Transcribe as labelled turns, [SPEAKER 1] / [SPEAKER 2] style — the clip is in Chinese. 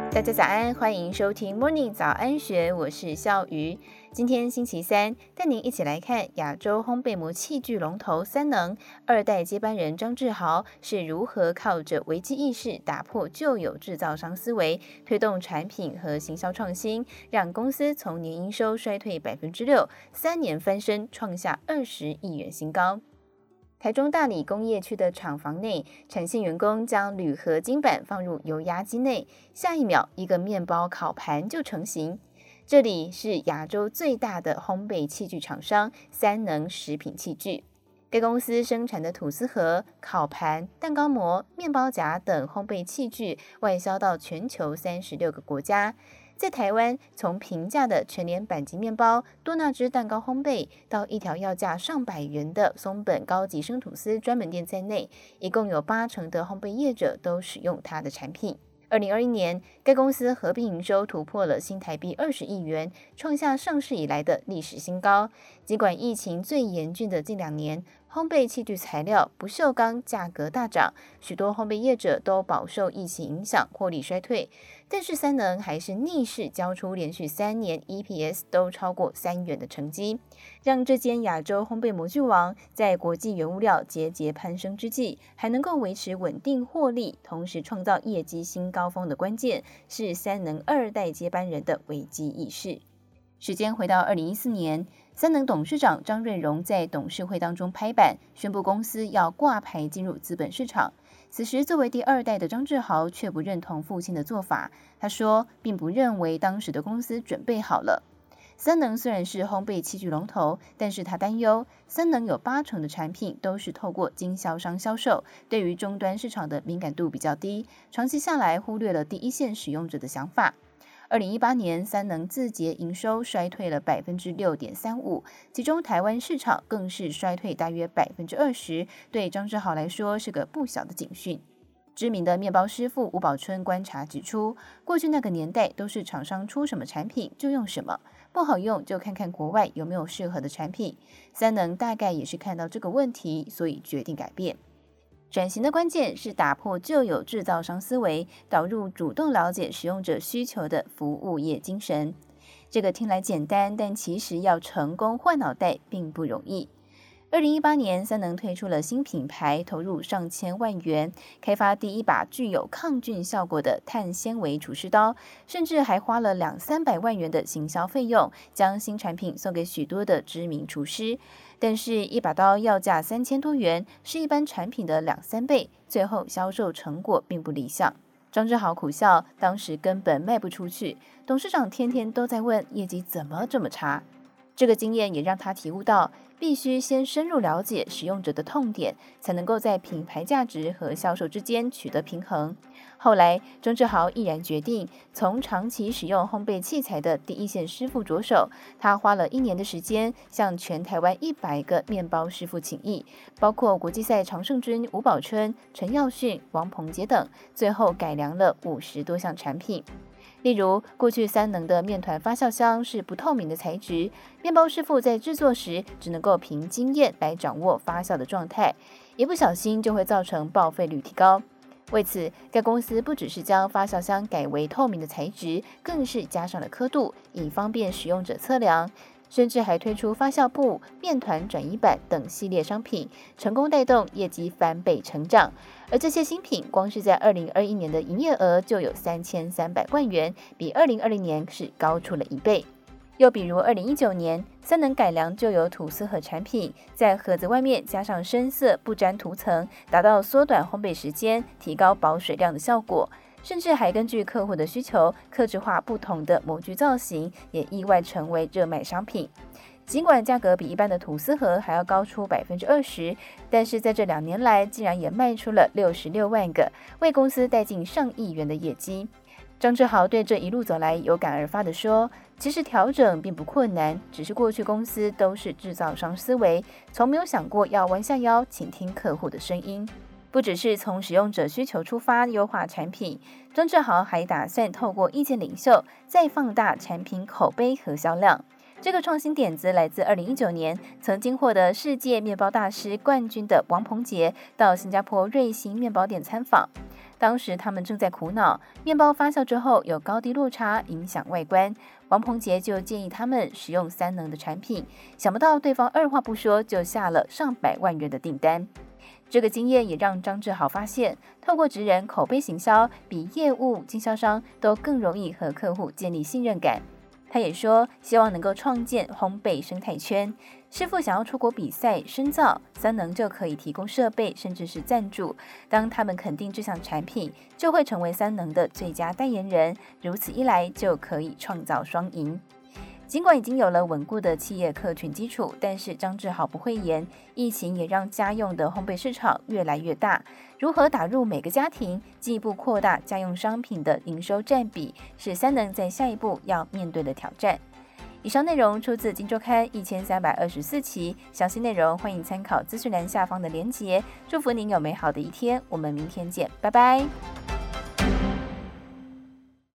[SPEAKER 1] 大家早安，欢迎收听 Morning 早安学，我是笑瑜。今天星期三，带您一起来看亚洲烘焙膜器具龙头三能二代接班人张志豪是如何靠着危机意识打破旧有制造商思维，推动产品和行销创新，让公司从年营收衰退6%，3年翻身，创下20亿元新高。台中大里工业区的厂房内，产线员工将铝合金板放入油压机内，下一秒一个面包烤盘就成型。这里是亚洲最大的烘焙器具厂商三能食品器具，该公司生产的吐司盒、烤盘、蛋糕模、面包夹等烘焙器具外销到全球36个国家。在台湾，从平价的全联板级面包、多纳兹蛋糕烘焙，到一条要价上百元的松本高级生吐司专门店在内，一共有80%的烘焙业者都使用它的产品。2021年，该公司合并营收突破了新台币20亿元，创下上市以来的历史新高。尽管疫情最严峻的近2年，烘焙器具材料不锈钢价格大涨，许多烘焙业者都饱受疫情影响，获利衰退。但是三能还是逆势交出连续3年 EPS 都超过3元的成绩，让这间亚洲烘焙模具王在国际原物料节节攀升之际，还能够维持稳定获利，同时创造业绩新高峰的关键是三能二代接班人的危机意识。时间回到2014年，三能董事长张瑞荣在董事会当中拍板，宣布公司要挂牌进入资本市场。此时作为第2代的张志豪却不认同父亲的做法，他说并不认为当时的公司准备好了。三能虽然是烘焙器具龙头，但是他担忧三能有80%的产品都是透过经销商销售，对于终端市场的敏感度比较低，长期下来忽略了第一线使用者的想法。2018年，三能自节营收衰退了6.35%，其中台湾市场更是衰退大约20%，对张志豪来说是个不小的警讯。知名的面包师傅吴宝春观察指出，过去那个年代都是厂商出什么产品就用什么，不好用就看看国外有没有适合的产品。三能大概也是看到这个问题，所以决定改变。转型的关键是打破旧有制造商思维，导入主动了解使用者需求的服务业精神。这个听来简单，但其实要成功换脑袋并不容易。2018年，三能推出了新品牌，投入上千万元，开发第一把具有抗菌效果的碳纤维厨师刀，甚至还花了200-300万元的行销费用，将新产品送给许多的知名厨师。但是，一把刀要价3000多元，是一般产品的2-3倍，最后销售成果并不理想。张志豪苦笑，当时根本卖不出去，董事长天天都在问业绩怎么这么差。这个经验也让他体悟到，必须先深入了解使用者的痛点，才能够在品牌价值和销售之间取得平衡。后来，张志豪毅然决定从长期使用烘焙器材的第一线师傅着手。他花了1年的时间，向全台湾100个面包师傅请益，包括国际赛常胜军吴宝春、陈耀训、王鹏杰等，最后改良了50多项产品。例如，过去三能的面团发酵箱是不透明的材质，面包师傅在制作时只能够凭经验来掌握发酵的状态，一不小心就会造成报废率提高。为此，该公司不只是将发酵箱改为透明的材质，更是加上了刻度，以方便使用者测量。甚至还推出发酵布、面团转移板等系列商品，成功带动业绩翻倍成长。而这些新品光是在2021年的营业额就有3300万元，比2020年是高出了1倍。又比如2019年，三能改良旧有吐司盒产品，在盒子外面加上深色不粘涂层，达到缩短烘焙时间、提高保水量的效果。甚至还根据客户的需求，客制化不同的模具造型，也意外成为热卖商品。尽管价格比一般的吐司盒还要高出20%，但是在这2年来，竟然也卖出了66万个，为公司带进上亿元的业绩。张志豪对这一路走来有感而发地说，其实调整并不困难，只是过去公司都是制造商思维，从没有想过要弯下腰倾听客户的声音。不只是从使用者需求出发优化产品，张志豪还打算透过意见领袖，再放大产品口碑和销量。这个创新点子来自2019年曾经获得世界面包大师冠军的王鹏杰到新加坡瑞星面包店参访。 当时他们正在苦恼，面包发酵之后有高低落差，影响外观。王鹏杰就建议他们使用三能的产品，想不到对方二话不说就下了上百万元的订单。这个经验也让张志豪发现，透过职人口碑行销，比业务经销商都更容易和客户建立信任感。他也说，希望能够创建烘焙生态圈。师傅想要出国比赛深造，三能就可以提供设备，甚至是赞助。当他们肯定这项产品，就会成为三能的最佳代言人。如此一来，就可以创造双赢。尽管已经有了稳固的企业客群基础，但是张志豪不讳言，疫情也让家用的烘焙市场越来越大。如何打入每个家庭，进一步扩大家用商品的营收占比，是三能在下一步要面对的挑战。以上内容出自《今周刊》1324期，详细内容欢迎参考资讯栏下方的连结。祝福您有美好的一天，我们明天见，拜拜。